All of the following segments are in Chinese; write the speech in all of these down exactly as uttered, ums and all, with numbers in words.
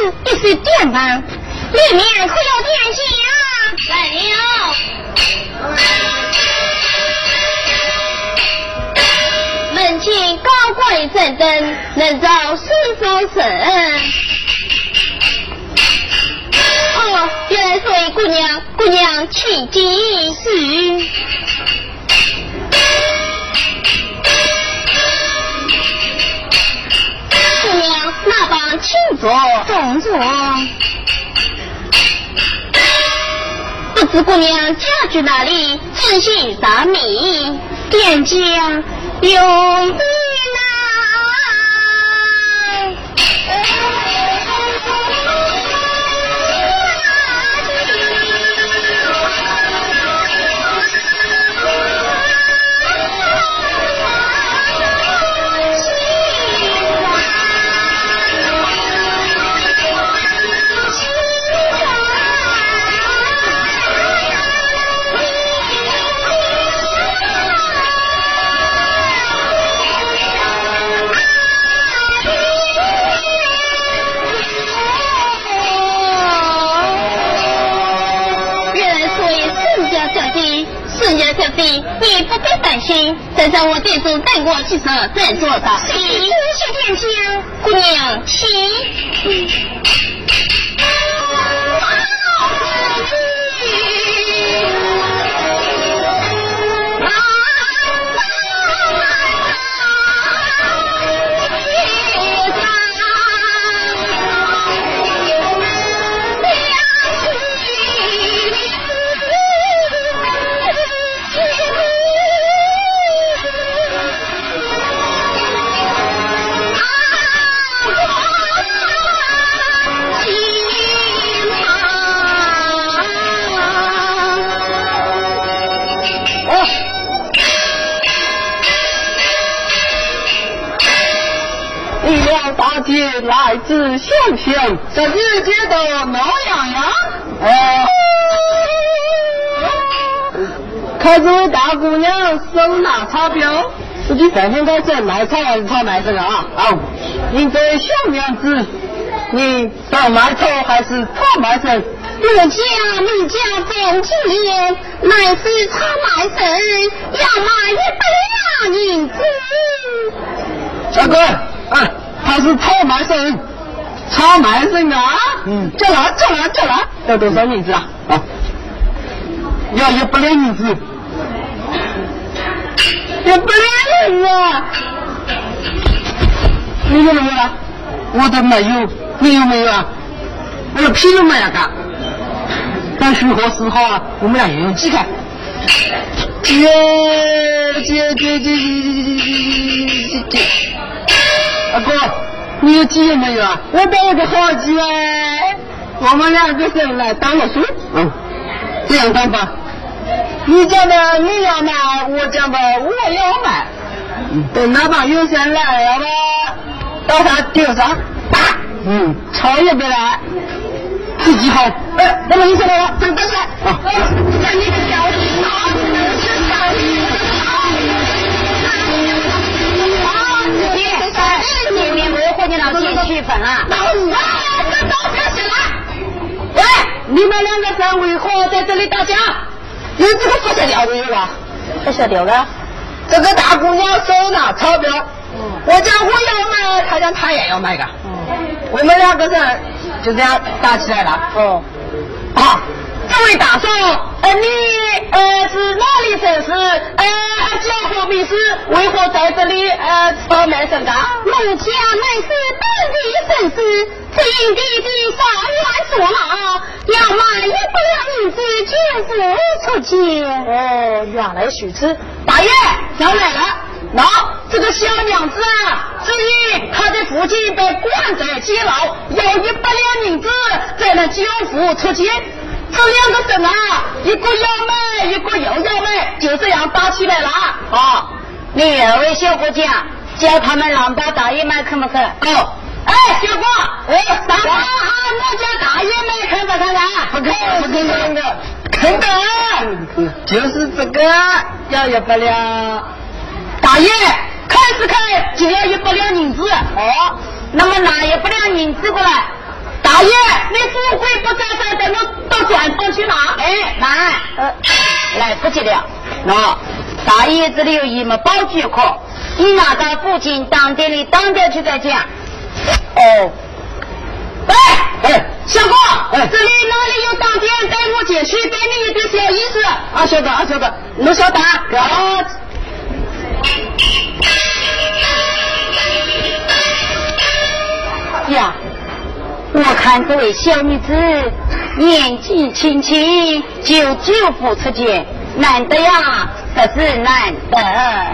一时电吧，里面可有天气啊？来了。门前高贵正正，能造四周神。哦，原来是位姑娘，姑娘请进。是。姑娘那帮请坐， 请坐。 不知姑娘家住哪里？仔细打米，店家有地哪？孙家小弟，你不必担心，等上我店主带过汽车再做的。请谢店家，姑娘，请。 大姐来自乡乡，这日街的挠痒痒。哎，看这位大姑娘手拿钞票，自己反正在这买菜还是炒买这个啊？啊，您这小娘子，你炒买菜还是炒买菜？ 我家你家本之言，乃是炒买菜，要买一百两银子。 大哥，啊。他是炒买生，炒买生啊！嗯，叫来叫来叫来，要多少银子啊？啊，要一百两银子，一百两银子啊！你有没有啊？我都没有，你有没有啊？我的屁都没有干。但是何时好啊？我们俩也用几看。姐姐姐姐姐姐姐姐。阿哥，你有鸡没有啊？我带了个好鸡哎！我们两个人来当了数。嗯，这样办吧，你讲的你要买，我讲的我要买。嗯，等那帮有钱来了吧，到他丢上打。嗯，超也别来，自己好。哎，那么你先来了，等等来。啊，看你个小子啊！ 你你维护你老姐气氛啊！ 老五啊，这都开始了！ 喂，你们两个人为何在这里打架？有这个不晓得的吧？ 不晓得的。 这个大姑娘手拿钞票，嗯、我讲我要买，她讲她也要买个。嗯、我们两个人就这样打起来了。哦，啊，这位大嫂，呃，你呃是哪里城市？呃，叫何名字？为何在这里呃炒卖生家？ 我家乃是本地绅士，这营地的上万说了，要买一百两银子全付出去。 哦，原来如此。 大爷，想来了。那这个小娘子啊，至于她的父亲被关在监牢，要一百两银子才能交付出去。这两个人啊，一个要买，一个又要买，就这样打起来了啊！ 你二位小伙计啊，叫他们让把大爷买肯不肯？ 哦，哎，小伙，我大伙啊，我家大爷买肯不肯啊？不肯，不肯，不肯，肯的，就是这个要一百两。大爷，开是开，就要一百两银子。 哦，那么拿一百两银子过来。 大大爷，你富贵不在在，带我到转房去拿。 哎，来，呃，来不及了。喏，大爷这里有一门包具课，你拿到附近当店里当店去再讲。哦。 喂，哎，小哥，哎，这里哪里有当店？带我进去，给你一点小意思。 啊，晓得啊，晓得，侬晓得啊。 啊。 呀，我看这位小女子年纪轻轻就舅父出见，难得呀，可是难得。啊！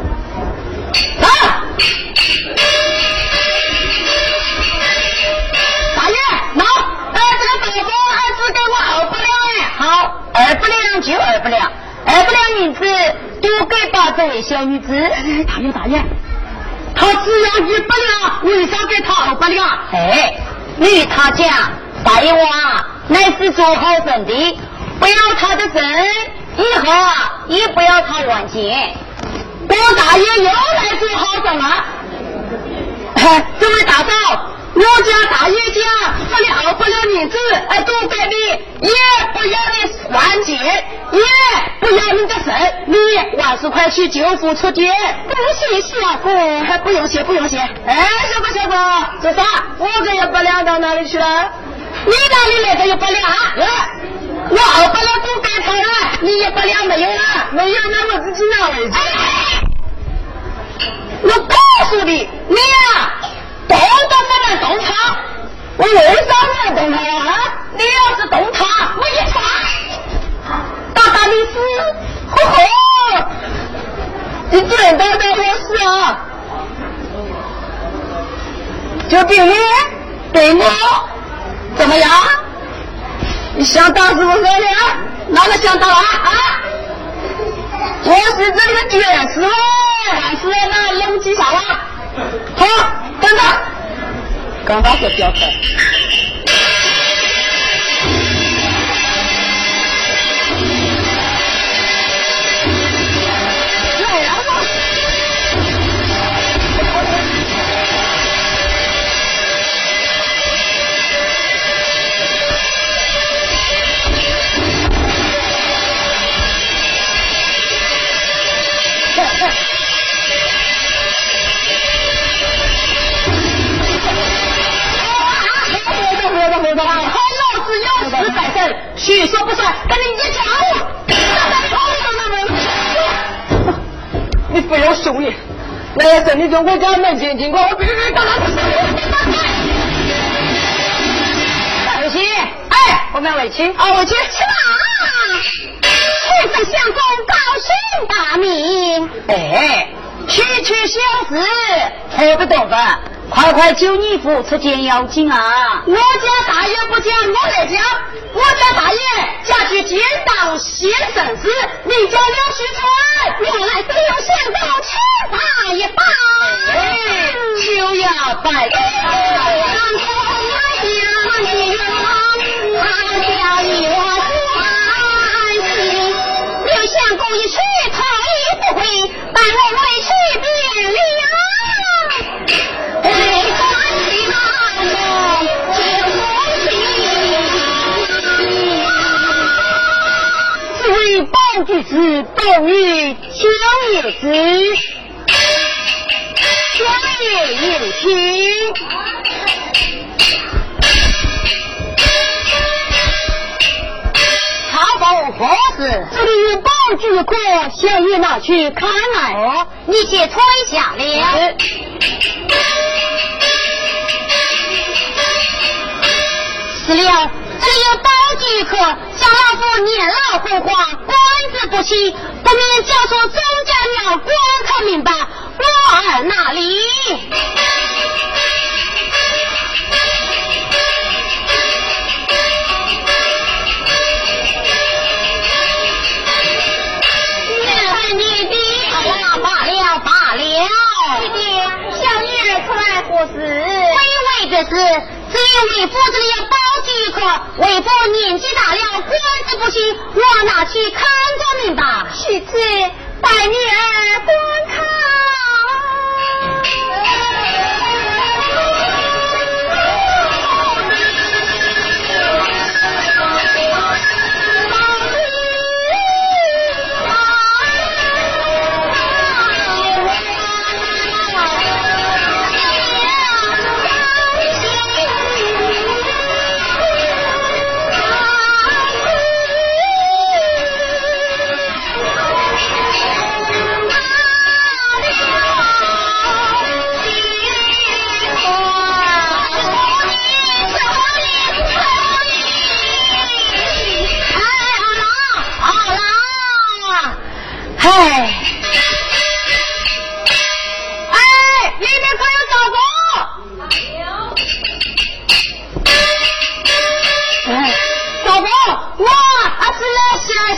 大爷，喏，哎，这个大包还只给我二百两哎。 好，二百两就二百两，二百两银子多给吧这位小女子。 哎，大爷大爷，他只要一百两，为啥给他二百两？ 哎，你与他讲，大爷我啊，乃是做好人的，不要他的人，以后啊也不要他乱见。 我大爷又来做好人了。哎，这位大嫂，我家大爷家这里二百两银子，哎，多给你，也不要你乱借，也不要你的神，你万十块去舅父出借。不谢小哥，还不用谢，不用谢。哎，小哥小哥，这啥？我这一百两到哪里去了？你哪里来的一百两？哎，我二百两都给他了，你一百两没有了？没有，那我自己拿回去。哎，我告诉你，你呀、啊，动都不能动他。我为啥不能动他啊？你要是动他，我一抓，打打你死！呵呵，你真的没我事啊？就对你，对我，怎么样？你想打是不是呀？哪个想打啊？啊？我是这里的爵士哦，但是那龙脊上啊。好，等等，刚刚是标准。来了吗？老子有事在身，许说不算，跟你一讲，你不要凶你，那也是你从我家门前经过，我必须干嘛？ 委屈，哎，我们委屈， 啊，委屈去哪？去在相公高兴大名， 哎，区区小事，何不懂的？快快救你父出见要紧啊！ 我家大爷不讲，我来讲。我家大爷家去天道先生子，你家刘旭春原来是有相公去打一把， 哎，就要拜相公一去，头也不回，但我委屈变了。为官的那么就不这位包举子等于秋叶子，秋叶有情。查否何事？这里有包举课，小爷拿去看来。哦，你且吹下了。是了，这里有包举课，小老夫年老后花，官子不起，不免教唆宗家庙官口明白，我儿哪里？这是只因为夫子里要包举课，为父年纪大了，官子不行，我拿去看着明白。其次带女儿观看。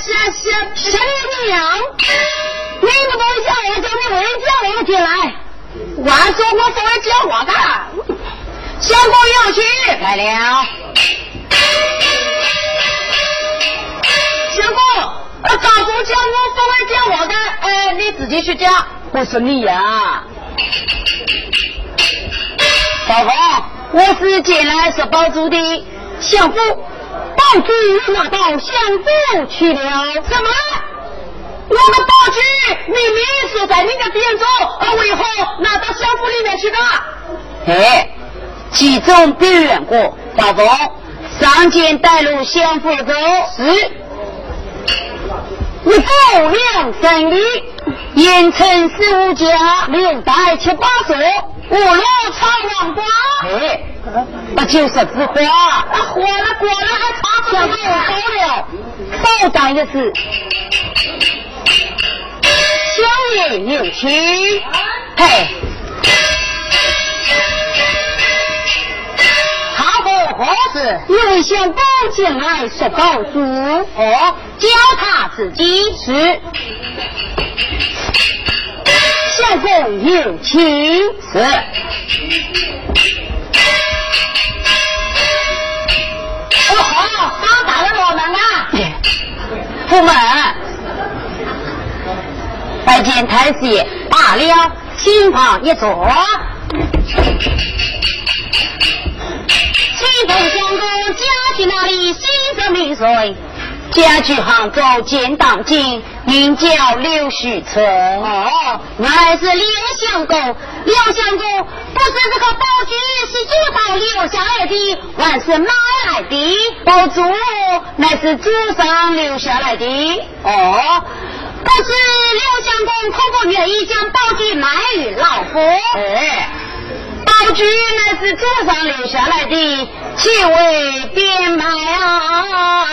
下下下你娘！你不会叫我，叫你为叫我进来。晚说我不会叫我的。相公有请， 来了。 相公，呃，早主叫我不会叫我的，呃，你自己去叫。 不是你呀、啊，老公，我是进来是包租的相夫，包租拿到相夫去了。 什么？我的包居明明是在你的店中，而为何拿到相府里面去的？ 哎，其中表演过，老公上前带入相府走。是。你不良生理，盐城十五家，六代七八所，五路长王瓜。哎，那就是枝花。 那火了果了还差什么呀？ 好了，稍等一时。相爷有请。嘿，好不何事？有相公进来说告诉哦，教他自己是。相公有请。是。哦好，刚打了我们啊！夫们。拜见太师爷，罢了，新旁一坐。新奉相公家去哪里？新着名水，家去杭州见当今，名叫刘旭春。哦，原来是刘相公。刘相公不是这个包居是朱道留下来的，还是买来的？包租乃是祖上留下来的。哦。可是刘相公可不愿意将包居卖与老夫。哎，包居乃是祖上留下来的，岂为变卖啊？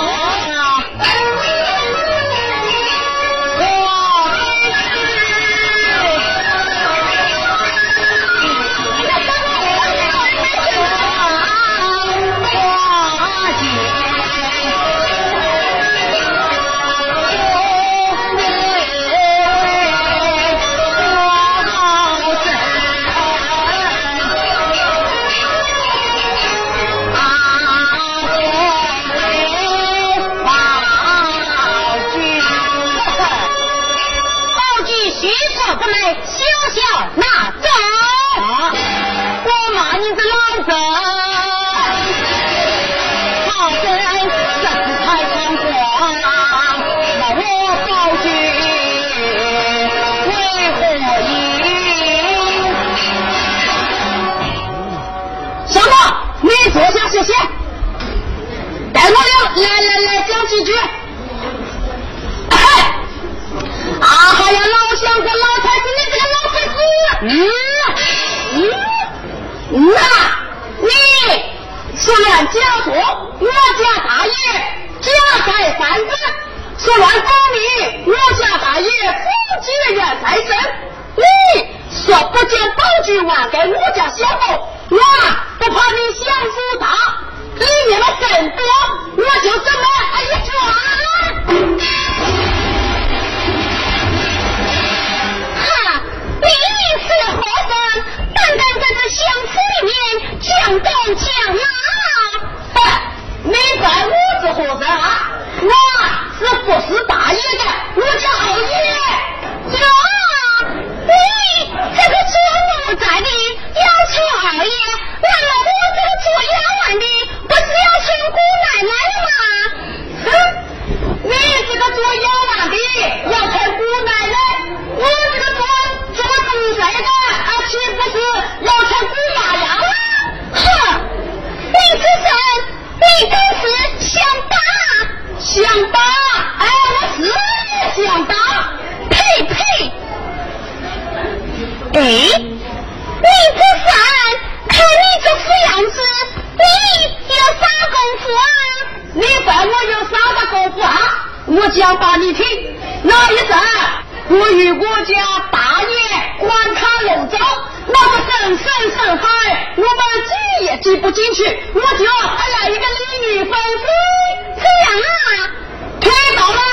坐下谢谢，带我了，来来来讲几句。哎，啊哈呀，老相公老太子，你这个老太子，嗯嗯嗯呐，你说乱家说，我家大爷家在三子，说乱公明，我家大爷夫结缘在身，你说不将包居还给我家小后，我不怕你相夫打，里面的很多，我就这么一抓。 哈，你是何人？单单在这相府里面讲东讲南。 哎，你在我是何人啊？我是不是大爷的，我家二爷。 哟，你这个做奴才的要求二爷，那么我这个做丫鬟的不是要求姑奶奶了吗？ 哼，你这个做丫鬟的要求姑奶奶，我这个做做奴才的啊，岂不是要求姑妈呀？ 哼，你是谁？你真是想打想打，哎，我是想打， 呸呸！哎，你这三看你这副样子，你有啥功夫啊？ 你问我有啥个功夫啊？我讲把你听。那一阵我与我家大爷观看龙舟，那个深深深海，我们挤也挤不进去，我就哎呀一个鲤鱼飞飞， 这样啊， 推倒了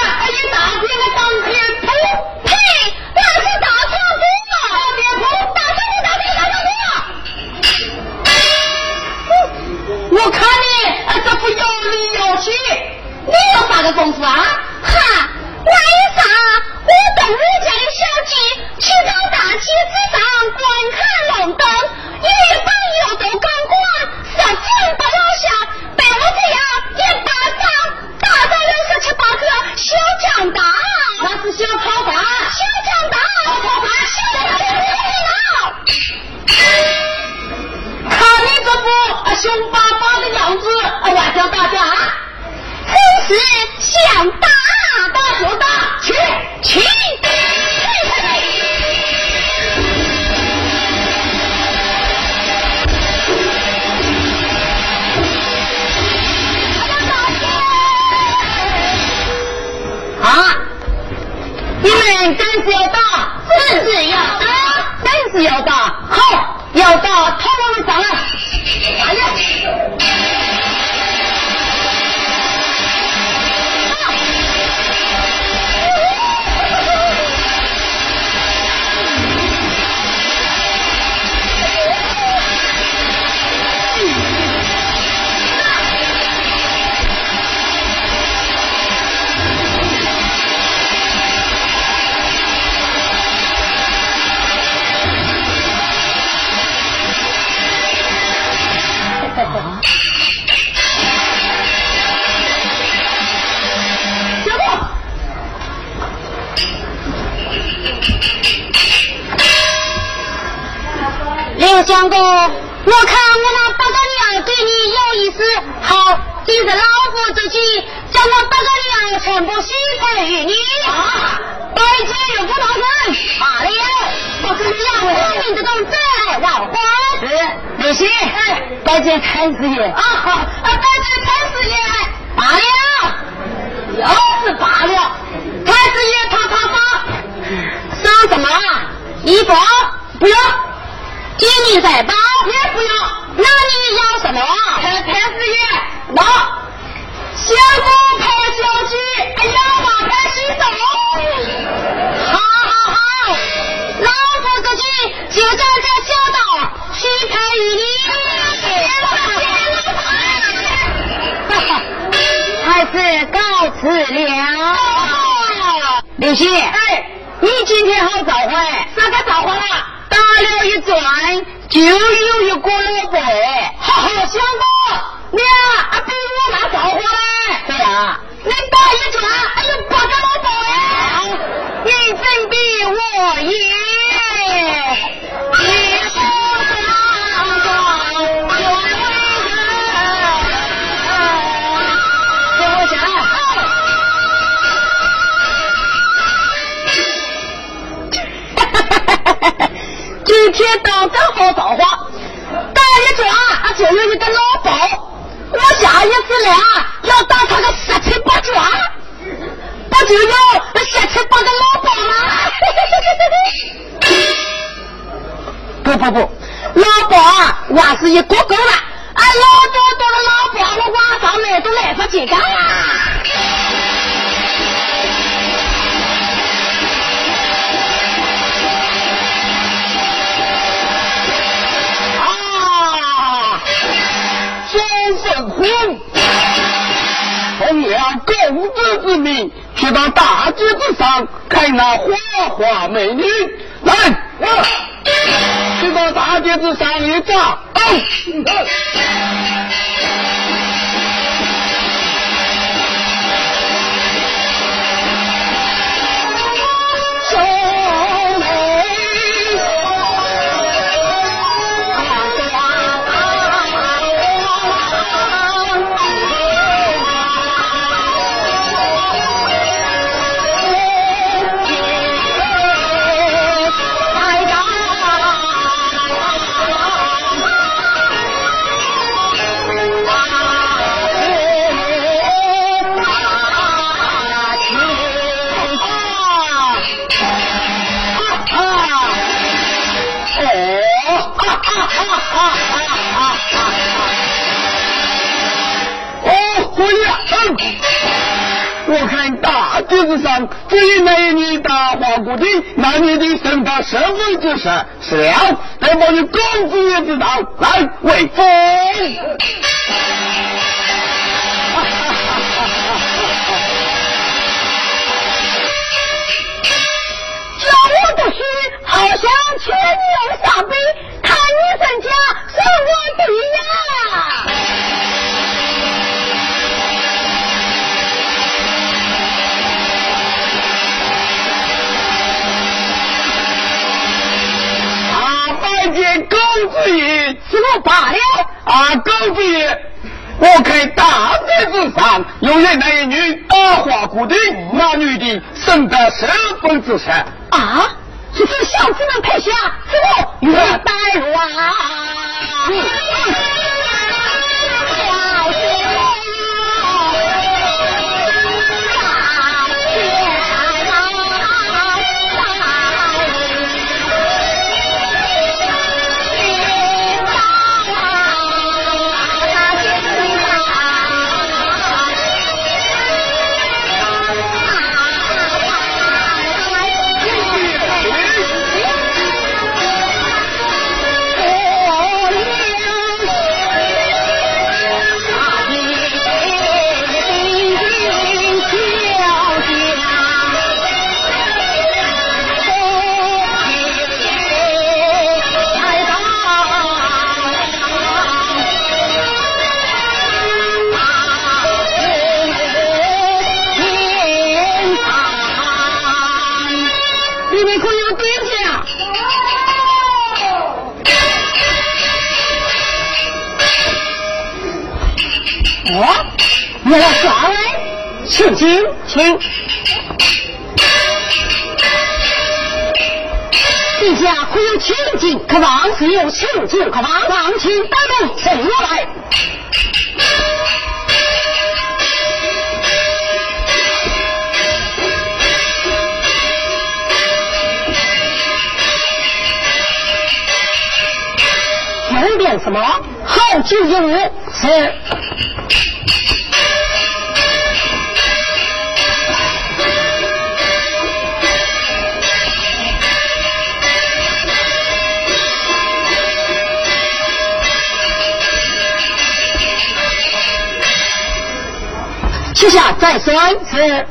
刘相公，我看我那八个娘对你有意思，好，今日老夫之计，将我八个娘全部许配于你。啊！拜见有不老人，罢了，我跟你讲，我命之中再来万欢。 是，刘星， 哎， 拜见太师爷。 啊好，啊拜见太师爷，罢了，又是罢了，太师爷他他他，上什么？衣服不要，金银财宝也不要，那你要什么？太太师爷，拿相公派小姐，哎呀，马派洗手。好好好，老夫之计就在这小岛许配于你。还是告辞了。刘星，哎，你今天好召唤，啥个召唤了？打了一转，就有一个老伯。好好，相公，你啊，比我那召唤嘞。对啊，你打一转，哎呦，八个老伯哎，你真比我赢。你不上床，有为人。给我讲。今天当真好造化，打一转啊就有一个老鸨，我下一次来啊要打他个十七八转，不就有十七八个老鸨吗？不不不，老鸨啊我是一个够了，啊老多多的老鸨我晚上来都来不及干了。 神婚，奉了公子之命，去到大街之上看那花花美女。来，去到大街之上一照。我看大街子上这一美女大花鼓厅，那女的生得十分之实，是了，待我与公子也知道，来为风。 叫我的须好像牵牛下背，看你身家是我的呀。 拜见公子爷， 什么罢了？ 啊，公子爷，我看大街之上有一男一女大花鼓厅，那女的生得十分之实。 啊，这是小子们配下，是我与带入啊！嗯哦，你来耍来，请进，请。陛下可有请进可望？只有请进可望，望请大人请我来。前边什么？好酒一壶。是。吃下再算。是。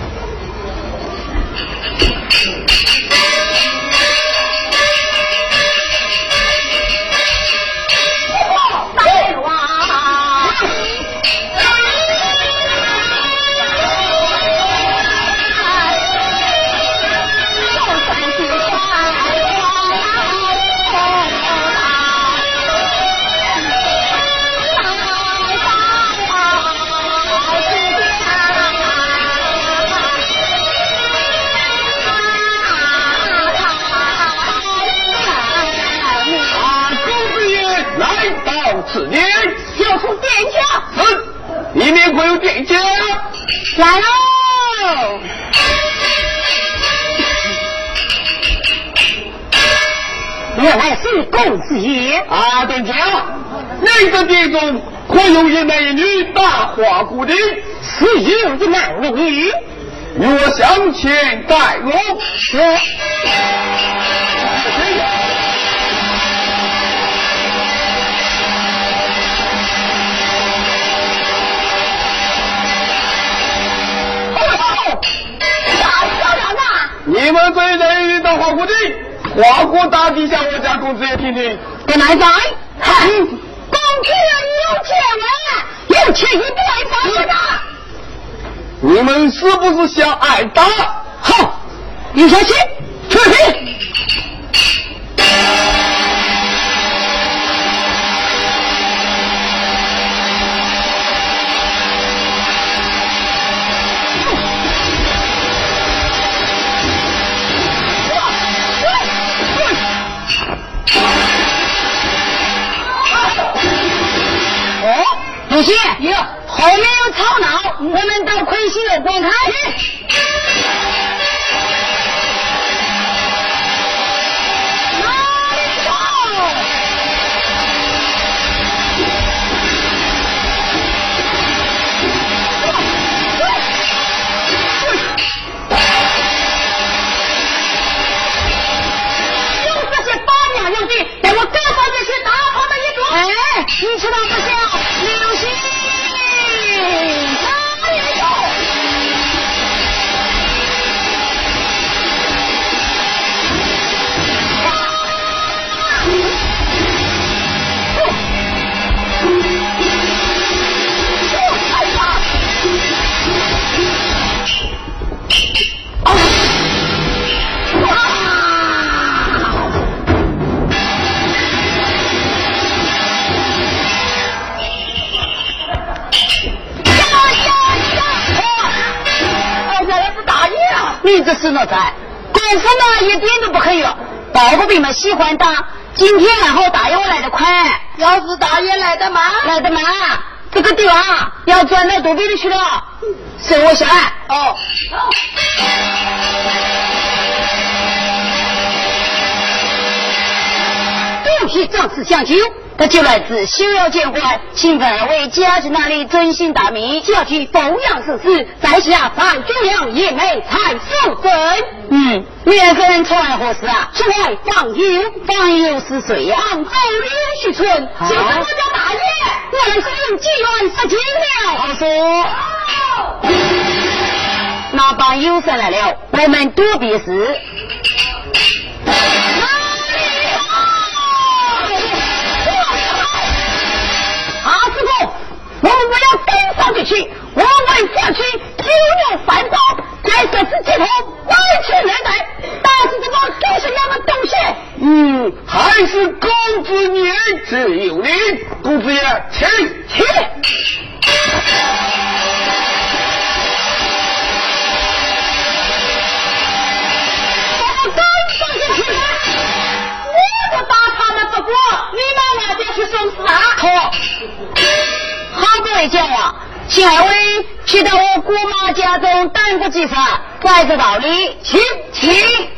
此年就出殿下， 是里面会有殿下来喽。原来是公子爷啊！殿下，那个殿中可有一男一女大花姑的？ 是有一男一女， 与我向前带路。 是。 你们这一人遇到花姑的，花姑大地向我家公子也听听。 本来在，哼，公子有钱了，有钱一不会发的。 你们是不是想挨打？ 好，你小心，出去。不是，后面有吵闹，我们到魁星楼观看。用这些八两用的，给我干上这些大炮的一种。哎，你知道不行？流星，哪里有？你这是哪在？功夫嘛一点都不黑了。包国兵们喜欢打，今天还好大爷我来得快。 要是大爷来得慢， 来得慢，这个地方要转到肚皮里去了。随我下来。 哦。 肚皮仗势相救。他就来自休要见官，请二位家去那里遵行大命，下去奉养事事，在下范主良也没才受尊。嗯，两个人出来何事啊？出来访友，访友是谁呀、啊？杭州刘旭春，就是我家大爷，我来是用机缘杀亲了。好说。哦、那帮友才来了，我们躲避时。我们不要跟上去去，我为下去九牛三刀，在这次街头完全来带，打死这帮都是那么东西。 嗯，还是公子年只有你，公子爷，请请。 我打他们不过，你们哪边去送死啊？ 好，好各位将王，请二位去到我姑妈家中耽搁几番，在这道理，请请。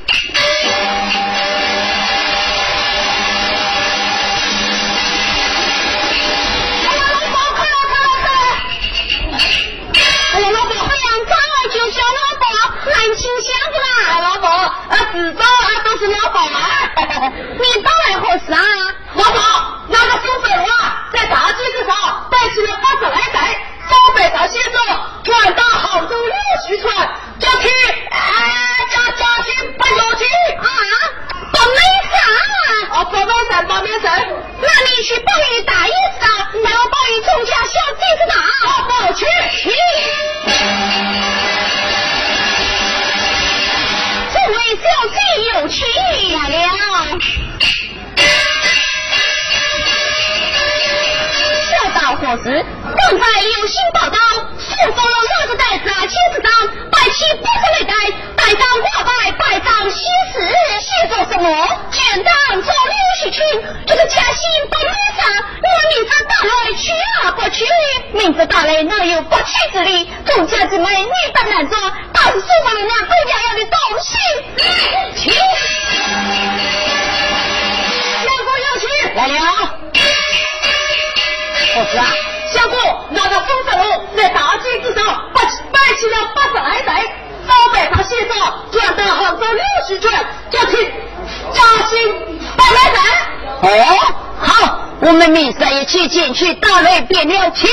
哎呀，老伯，哎呀，早就叫老伯，难清香的啦。 老伯，啊，知道啊，都是老伯啊。 你到来何事啊？ 老伯，那个松粉啊，在大街之上摆起了八十来袋，招牌上写着“转到杭州六徐村，叫去，哎，叫家亲不有情啊，不没啥。 哦，不没事，不没事。 那你去报与大爷知道，让我报与众家小弟知道。 哦，不去。 这位小弟有情来了。小道何事？刚才有新报道，送走了那个袋子啊，亲自当摆起八十来袋，带上挂摆，摆上喜事，写着什么？全当走六十群，这个嘉兴不名上，你们名字打来去啊不去？名字打来哪有不去之理？众家之妹女扮男装，倒是送走了那狗娘养的东西。去， 相公有情来了。 何事啊？相公，那个松粉龙在大街之上摆摆起了八十来袋，招牌上写着“转到杭州六十圈，叫去嘉兴百来袋”。 哦，好，我们明日一起进去大雷变了情。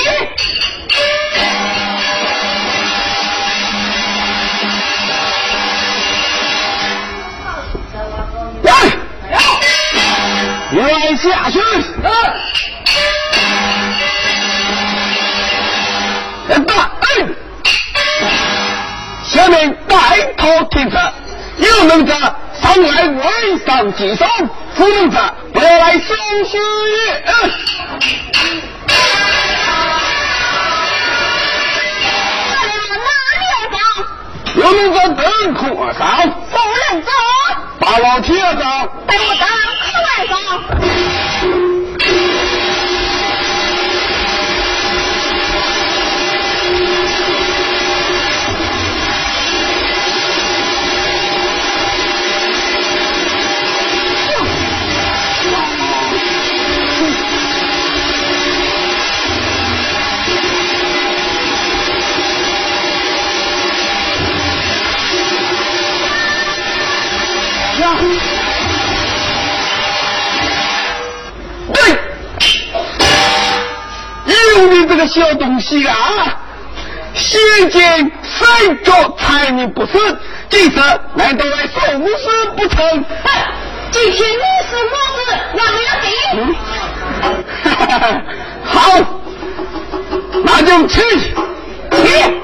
来，来下去。大恩，下面带头听着，有能者上来为上计手，不能者不要来收拾也。嗯有能者等苦而上， 不能走， 把老铁上， 带我当课外上。 对，有你这个小东西啊，先见谁着猜你不是，今次难道来送死不成？ 今天你是我是，我要定。 嗯，好，那就去去。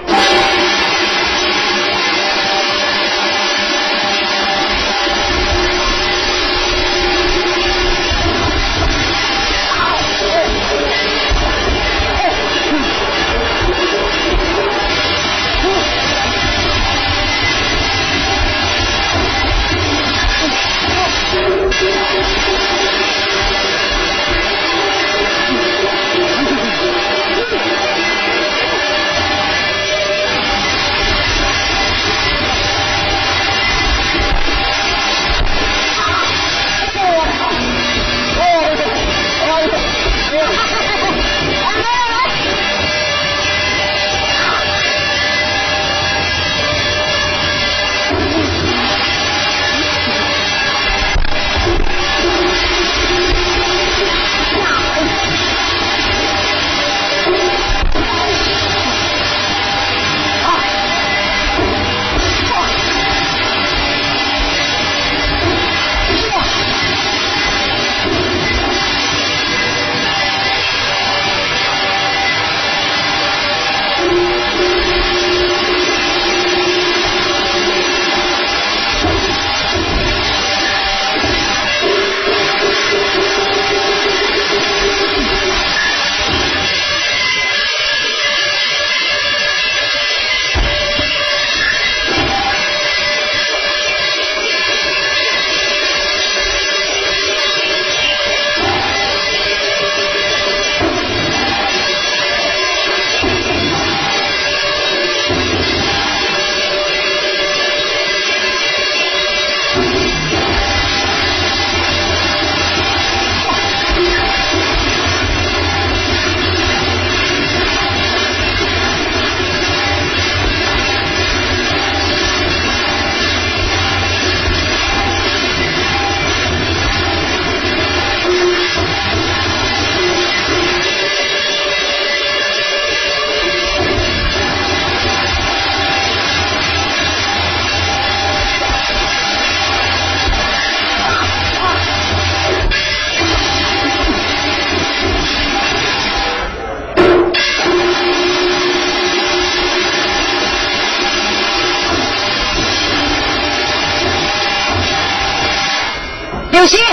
休息。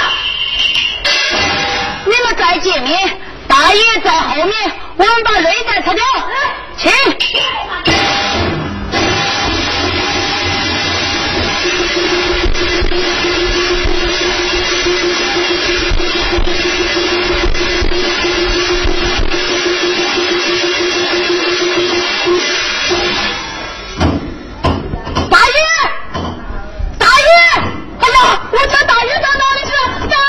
你们在前面，大爷在后面，我们把擂台拆掉，请。 大爷，大爷，哎呀，我这大爷到哪里去了？大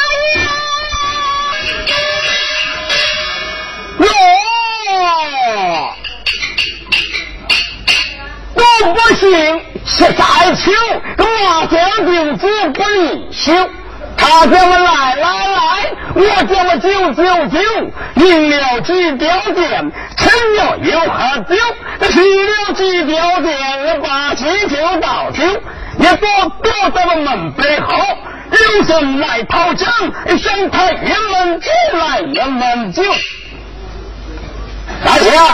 爷！ 我不行，是再求马将军子不离休。他叫我来来来，我叫我九九九，赢了几吊剑，成了又喝酒，输了几吊剑，把喜酒倒酒，也躲躲在了门背后。有人来讨账，上台辕门就来辕门酒。大家，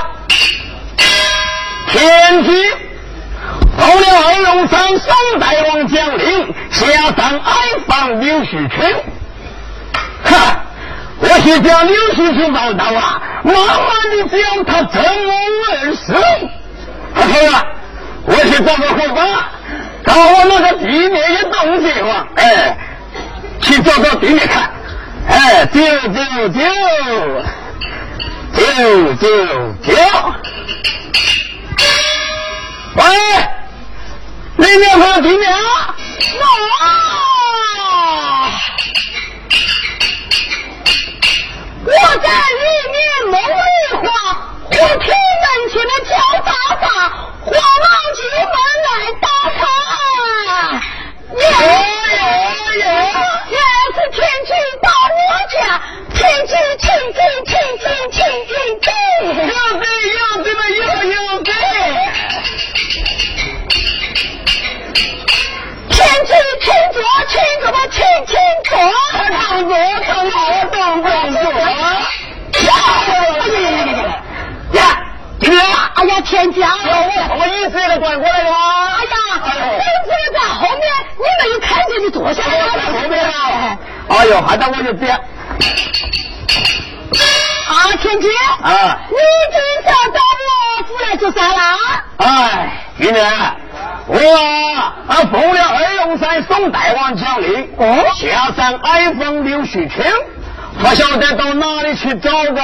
天机。后了二龙山宋代王将领，下山哀访刘旭群。哈，我是叫刘旭群报道啊，慢慢的叫他怎么而死。他说啊，我是这么回吧，到我那个地面一动地方，哎，去走到地面看，哎，九九九，九九九，喂。里面和地面啊！ 我在里面梦一晃，我听门前面叫大大，慌忙进门来打开。耶耶耶！这是天气到我家，天气天气天气天气天！ 有对有对嘛有有对。 天气清浊清浊吧清清浊， 动作动作动作呀！今天啊， 哎呀天家， 我我一直给转过来的吗？ 哎呀，天家在后面，你没有看见你坐下来在后面啊！哎呦，还在我这边。 啊，天姐啊， 你今天找我出来做啥啦？ 哎，今天我啊奉了二龙山宋大王将令，哦，下山哀访刘旭群，不晓得到哪里去找个？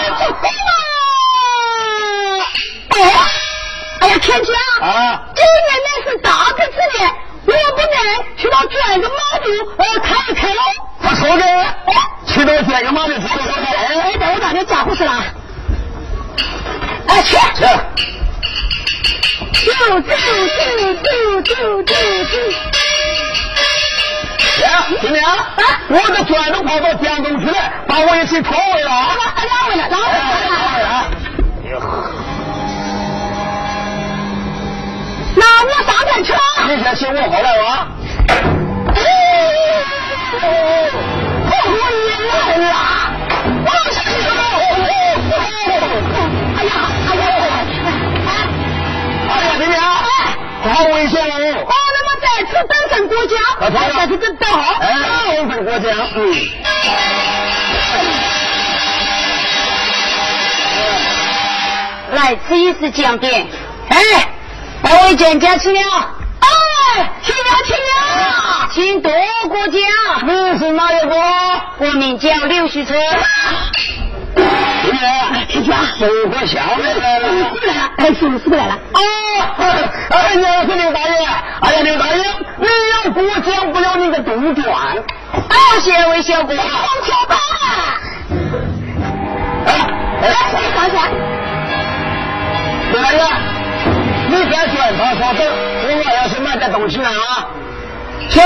哦，哎呀，天姐啊， 今年那是大的之年，我不能去到转个马路呃看一看喽。 他说的，去到转个马路去。 哎，等我打点家伙事啦。哎，去。 去。 嘟嘟嘟嘟嘟嘟嘟。 呀，今天啊，我的船都跑到江东去了，把我一起拖回了。 拉回来，拉回来。那我上船去了。 你先请我回来吧。 我也来了。我是哎呀，哎呀， 哎呀，今天啊，好危险哦！ 哦，那么在此登上过江，在此登好。 哎，登上过江，嗯。 来此一次讲点，哎，二位专家去了。 哎，请了，请了， 请多过奖。 你是哪一个？ 我名叫刘旭春。 今天天家， 收个小的来了， 是不来了？哎，是是不来了？ 哦，哎呀，是刘大爷，哎呀，刘大爷，你要过奖不了你的杜鹃。 哦，谢位小哥， 黄小宝啊！ 哎， 来，你上去。 刘大爷，你别转头说走，我要去买点东西了啊！去。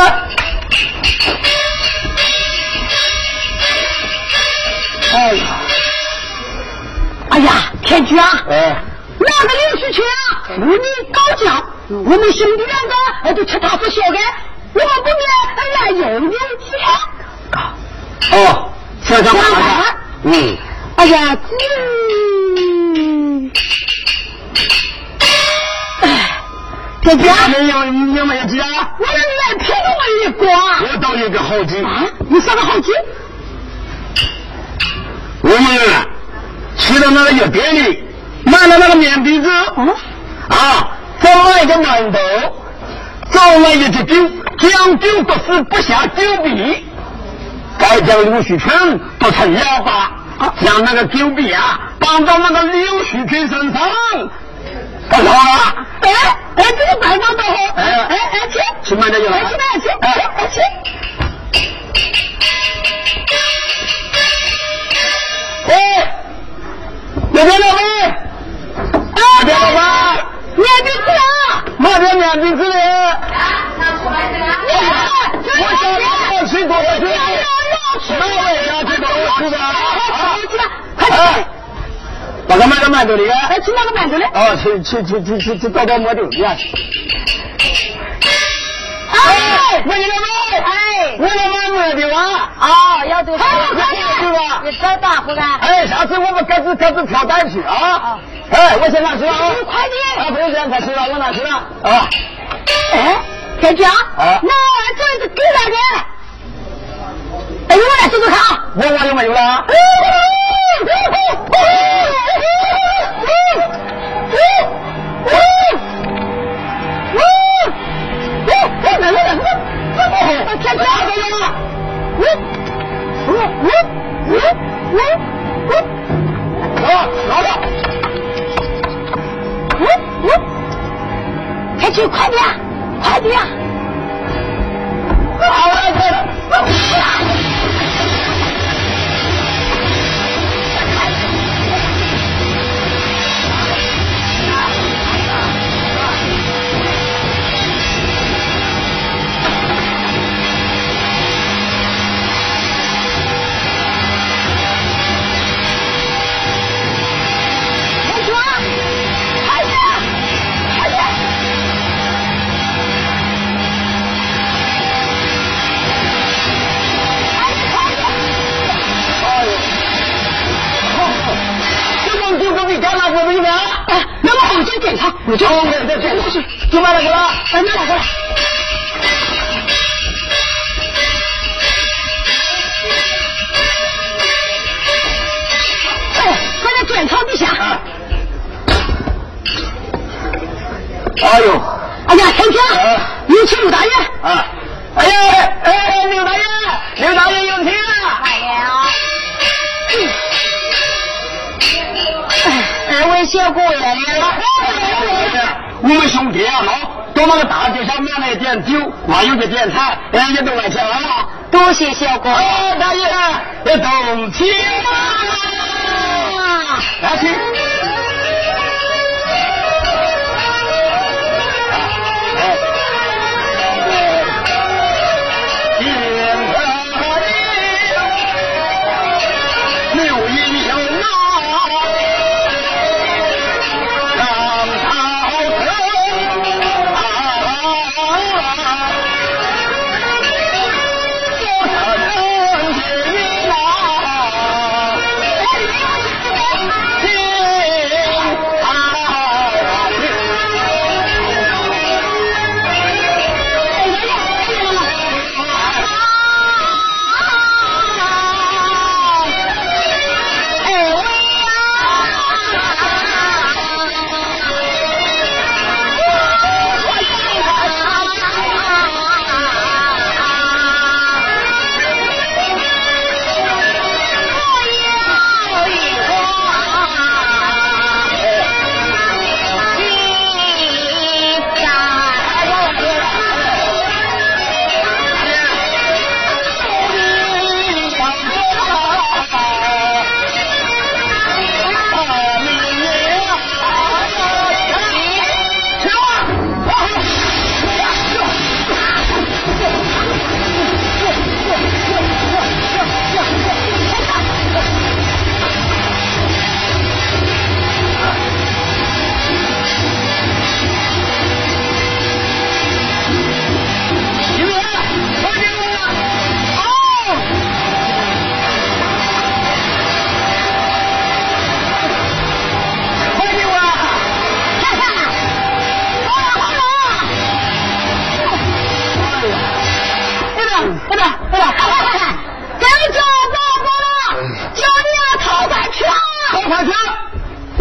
哎呀， 哎呀，天局啊！ 哎， 那个刘旭群啊，妇女高将，我们兄弟两个哎都吃他所学的，我们不免来有有几行。 哦，想想看看，嗯， 哎呀，嗯，哎，天局啊， 你有你有没有急啊？ 我的脸皮都没一瓜， 我倒有个好计啊！你啥个好计？ 我们啊，去到那个药店里买了那个面饼子， 哦， 啊，再买一个馒头，再买一只酒，将酒不是不下酒币，该将刘旭春都成了吧，让那个酒币啊绑到那个刘旭春身上，干好了。 哎哎，这个办法多好！ 哎哎哎，去去买点药， 哎去买去哎哎去。 哎，那边老板，那边老板， 面饼子啊！ 买点面饼子的。 我想要吃多少钱？买了呀，这个我吃的。 去吧，快去！ 把它买个馒头的。 哎，去买个馒头的。 哦，去去去去去去找找馒头的。 哎， 我给他买。 哎， 我来买馒头啊。 哦，要对。 对吧？ 你找大户的。 哎，下次我们各自各自挑担去啊。哎，我先拿去了啊。 快点。 啊，不用钱，快去了，我拿去了啊。 哎，天江， 啊， 那我做一个给大家。哎，我来做做看啊。 我我有没有了？ 天江，我我我我我我啊，老大， 我我，天江，快点，快点！ 好了，对了。 那么我先检查，我就哦，对对对，就买那个了， 哎，拿来过来。哎，快点检查一下。 哎呦， 哎呀，天天，有请刘大爷。 啊，哎呀，哎，刘大爷，刘大爷有请啊！ 来了。二位小姑爷了。 我们兄弟啊，老到那个大街上买了一点酒，还有个点菜，哎，也都来钱了。 多谢小哥。 哎，大爷，也动起啊！来请。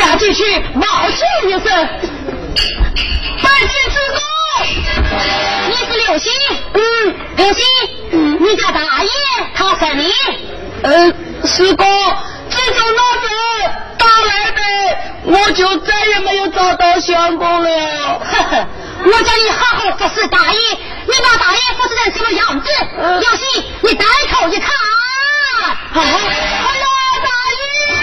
下进去冒笑一声，拜见师公。 你是刘星？ 嗯， 刘星，嗯，你家大爷他生你？ 呃，师公，自从那时打来的，我就再也没有找到相公了。 呵呵，我叫你好好服侍大爷，你把大爷服侍成什么样子？ 呃、 刘星，你抬头一看， 啊，哎呀，大爷！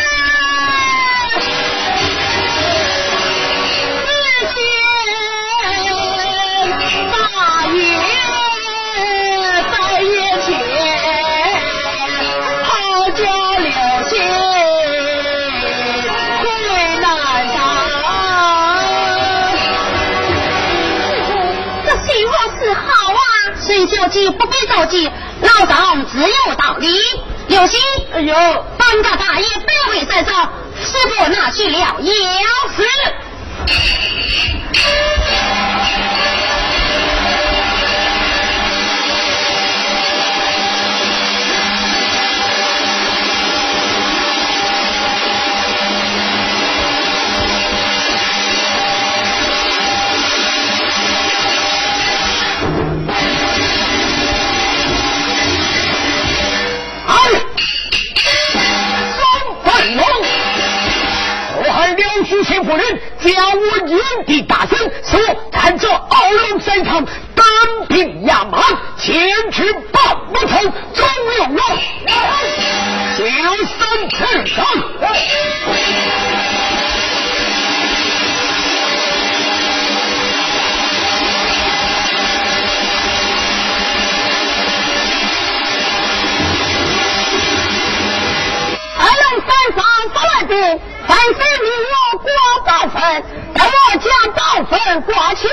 大爷，在眼前，好叫刘星困难当。 这信号是好啊，孙小姐不必着急，老张自有道理。刘星， 哎呦， 本家大爷百位在上，师傅拿去了钥匙。 徐前夫人将我引敌大胜，使我站着傲龙山场，单兵压马前去报不仇，总有我小三刺上。 二龙山上不来兵，凡是你我过报分，等我将报分挂起。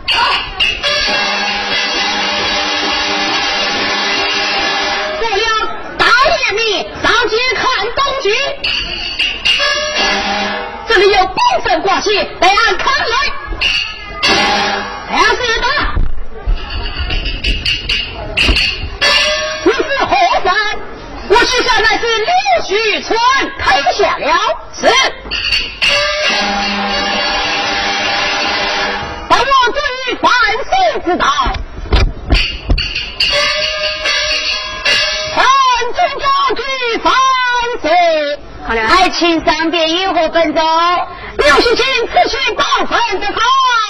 过了大夜里上去看东局，这里有报分挂起，得按看来。两是的，你是何人？我是现在是六许村退下了，是。等我至于凡事之道，凡军家具凡事。 好了，爱卿上边有何奔走？ 刘许卿此去报分的好。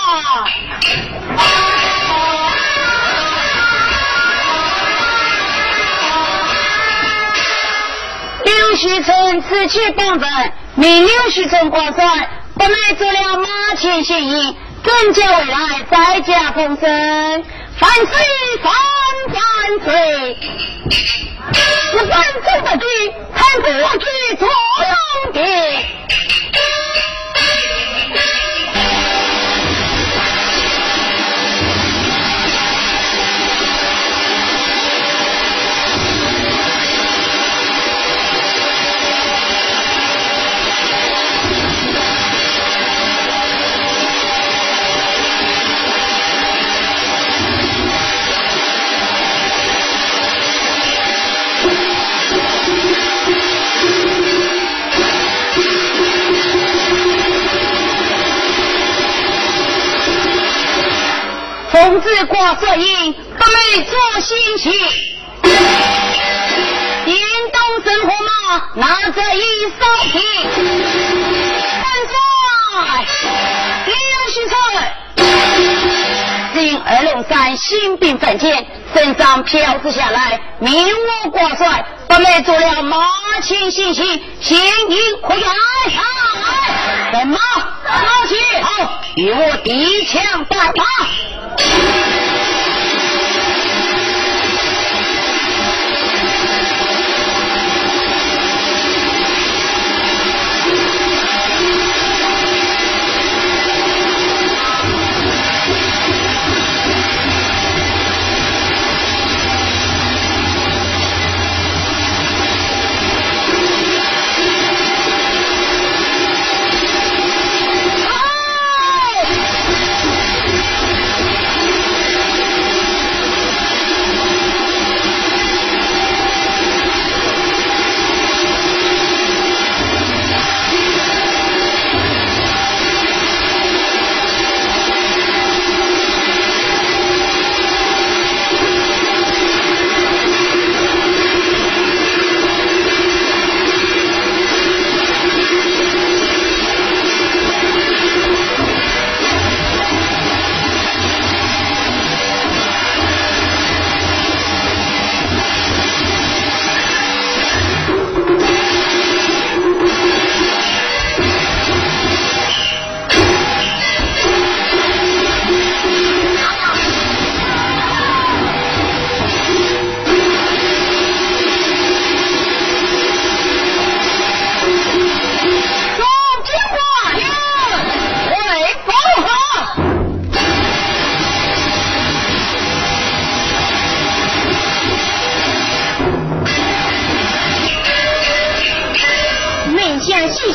刘旭春此去报分，命刘旭春挂帅，不乃做了马前行营，准节未来再加封神。 凡岁凡凡岁，我本身的局，看过去做龙的。 奉旨挂帅营，不美做新戏。引动生活马，拿着一手皮。万岁！刘旭春，今二龙山新兵反间，身上飘至下来，命我挂帅，不美做了马前行刑，行营快来！什么？上去！好，与我敌枪拜马。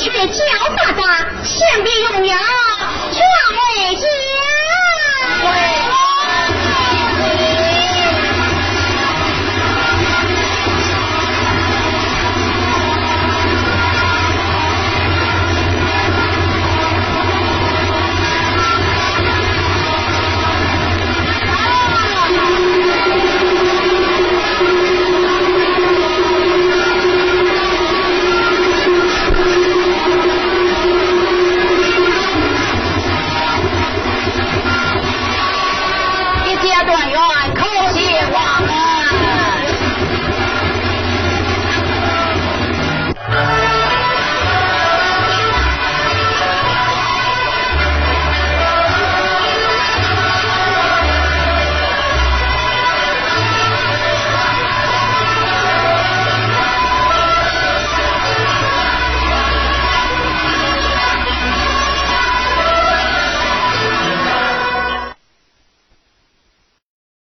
却教化